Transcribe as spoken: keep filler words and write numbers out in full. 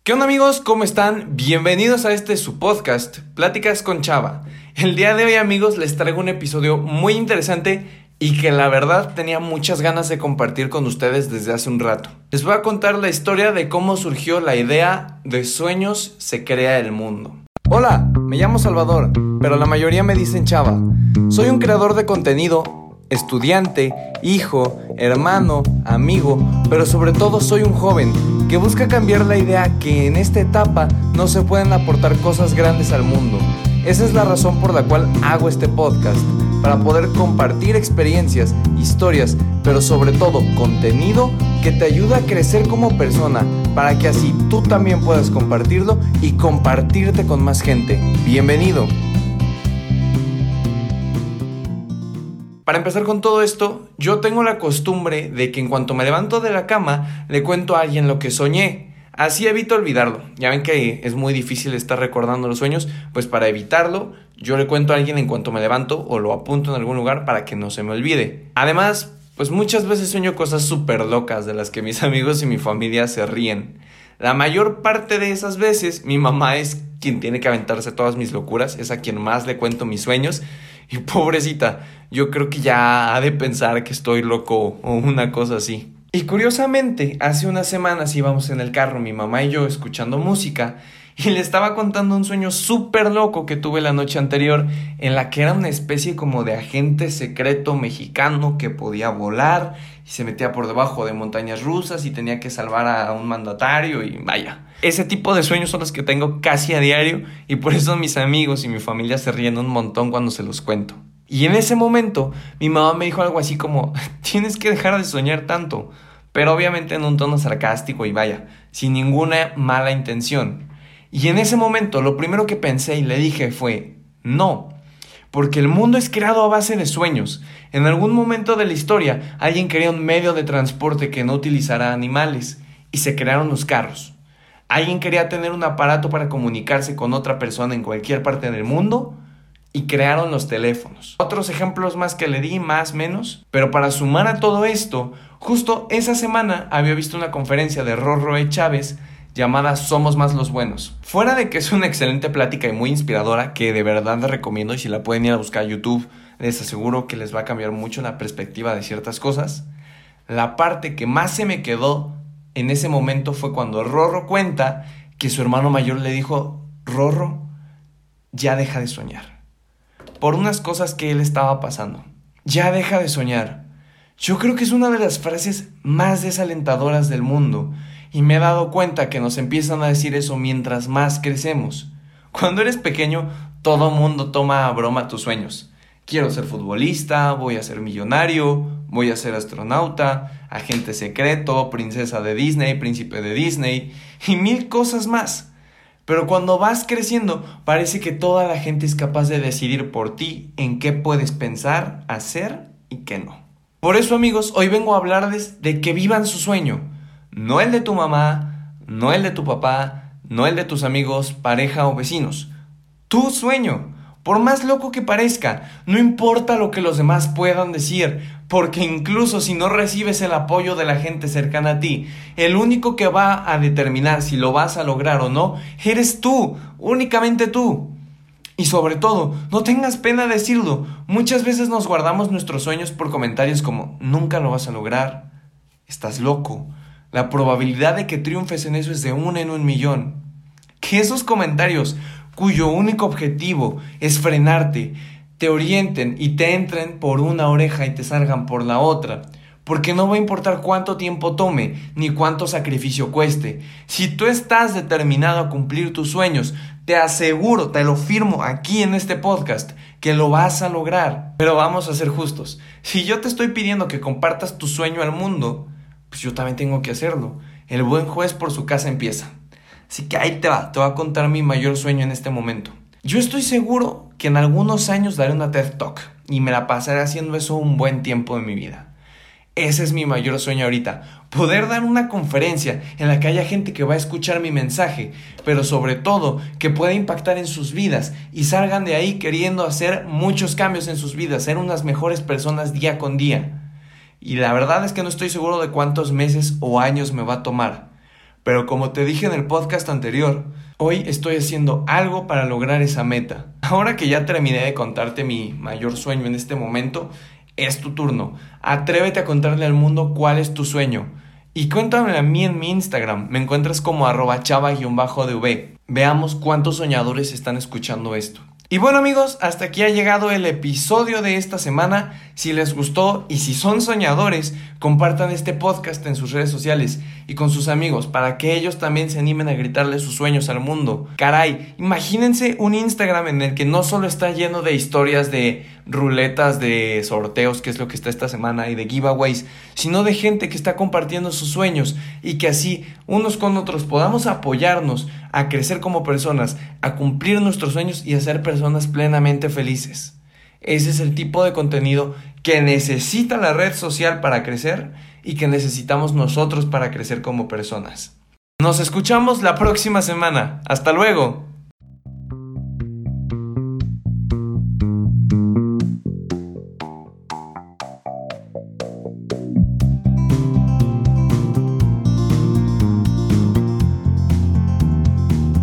¿Qué onda amigos? ¿Cómo están? Bienvenidos a este su podcast, Pláticas con Chava. El día de hoy amigos les traigo un episodio muy interesante y que la verdad tenía muchas ganas de compartir con ustedes desde hace un rato. Les voy a contar la historia de cómo surgió la idea de Sueños se crea el mundo. Hola, me llamo Salvador, pero la mayoría me dicen Chava. Soy un creador de contenido, estudiante, hijo, hermano, amigo, pero sobre todo soy un joven que busca cambiar la idea que en esta etapa no se pueden aportar cosas grandes al mundo. Esa es la razón por la cual hago este podcast, para poder compartir experiencias, historias, pero sobre todo contenido que te ayuda a crecer como persona, para que así tú también puedas compartirlo y compartirte con más gente. Bienvenido. Para empezar con todo esto, yo tengo la costumbre de que en cuanto me levanto de la cama, le cuento a alguien lo que soñé. Así evito olvidarlo. Ya ven que es muy difícil estar recordando los sueños, pues para evitarlo, yo le cuento a alguien en cuanto me levanto o lo apunto en algún lugar para que no se me olvide. Además, pues muchas veces sueño cosas súper locas de las que mis amigos y mi familia se ríen. La mayor parte de esas veces, mi mamá es quien tiene que aventarse todas mis locuras, es a quien más le cuento mis sueños. Y pobrecita, yo creo que ya ha de pensar que estoy loco o una cosa así. Y curiosamente, hace unas semanas íbamos en el carro, mi mamá y yo, escuchando música, y le estaba contando un sueño súper loco que tuve la noche anterior, en la que era una especie como de agente secreto mexicano que podía volar y se metía por debajo de montañas rusas y tenía que salvar a un mandatario y vaya. Ese tipo de sueños son los que tengo casi a diario y por eso mis amigos y mi familia se ríen un montón cuando se los cuento. Y en ese momento mi mamá me dijo algo así como, tienes que dejar de soñar tanto, pero obviamente en un tono sarcástico y vaya, sin ninguna mala intención. Y en ese momento lo primero que pensé y le dije fue, no, porque el mundo es creado a base de sueños. En algún momento de la historia alguien quería un medio de transporte que no utilizara animales y se crearon los carros. Alguien quería tener un aparato para comunicarse con otra persona en cualquier parte del mundo y crearon los teléfonos. Otros ejemplos más que le di, más menos, pero para sumar a todo esto, justo esa semana había visto una conferencia de Rorro E. Chávez llamada Somos Más los Buenos. Fuera de que es una excelente plática y muy inspiradora, que de verdad les recomiendo y si la pueden ir a buscar a YouTube, les aseguro que les va a cambiar mucho la perspectiva de ciertas cosas. La parte que más se me quedó en ese momento fue cuando Rorro cuenta que su hermano mayor le dijo, Rorro, ya deja de soñar. Por unas cosas que él estaba pasando. Ya deja de soñar. Yo creo que es una de las frases más desalentadoras del mundo. Y me he dado cuenta que nos empiezan a decir eso mientras más crecemos. Cuando eres pequeño, todo mundo toma a broma tus sueños. Quiero ser futbolista, voy a ser millonario, voy a ser astronauta, agente secreto, princesa de Disney, príncipe de Disney y mil cosas más. Pero cuando vas creciendo, parece que toda la gente es capaz de decidir por ti en qué puedes pensar, hacer y qué no. Por eso amigos, hoy vengo a hablarles de que vivan su sueño. No el de tu mamá, no el de tu papá, no el de tus amigos, pareja o vecinos. Tu sueño. Por más loco que parezca, no importa lo que los demás puedan decir, porque incluso si no recibes el apoyo de la gente cercana a ti, el único que va a determinar si lo vas a lograr o no, eres tú, únicamente tú. Y sobre todo, no tengas pena de decirlo. Muchas veces nos guardamos nuestros sueños por comentarios como, nunca lo vas a lograr, estás loco. La probabilidad de que triunfes en eso es de uno en un millón. Que esos comentarios, cuyo único objetivo es frenarte, te orienten y te entren por una oreja y te salgan por la otra. Porque no va a importar cuánto tiempo tome, ni cuánto sacrificio cueste. Si tú estás determinado a cumplir tus sueños, te aseguro, te lo firmo aquí en este podcast, que lo vas a lograr. Pero vamos a ser justos. Si yo te estoy pidiendo que compartas tu sueño al mundo, pues yo también tengo que hacerlo. El buen juez por su casa empieza. Así que ahí te va, te voy a contar mi mayor sueño en este momento. Yo estoy seguro que en algunos años daré una TED Talk y me la pasaré haciendo eso un buen tiempo de mi vida. Ese es mi mayor sueño ahorita, poder dar una conferencia en la que haya gente que va a escuchar mi mensaje, pero sobre todo que pueda impactar en sus vidas y salgan de ahí queriendo hacer muchos cambios en sus vidas, ser unas mejores personas día con día. Y la verdad es que no estoy seguro de cuántos meses o años me va a tomar, Pero como te dije en el podcast anterior, hoy estoy haciendo algo para lograr esa meta. Ahora que ya terminé de contarte mi mayor sueño en este momento, es tu turno. Atrévete a contarle al mundo cuál es tu sueño. Y cuéntame a mí en mi Instagram. Me encuentras como arroba chava-dv. Veamos cuántos soñadores están escuchando esto. Y bueno amigos, hasta aquí ha llegado el episodio de esta semana. Si les gustó y si son soñadores, compartan este podcast en sus redes sociales y con sus amigos para que ellos también se animen a gritarle sus sueños al mundo. Caray, imagínense un Instagram en el que no solo está lleno de historias de ruletas de sorteos, que es lo que está esta semana, y de giveaways, sino de gente que está compartiendo sus sueños y que así unos con otros podamos apoyarnos a crecer como personas, a cumplir nuestros sueños y a ser personas plenamente felices. Ese es el tipo de contenido que necesita la red social para crecer y que necesitamos nosotros para crecer como personas. Nos escuchamos la próxima semana. ¡Hasta luego!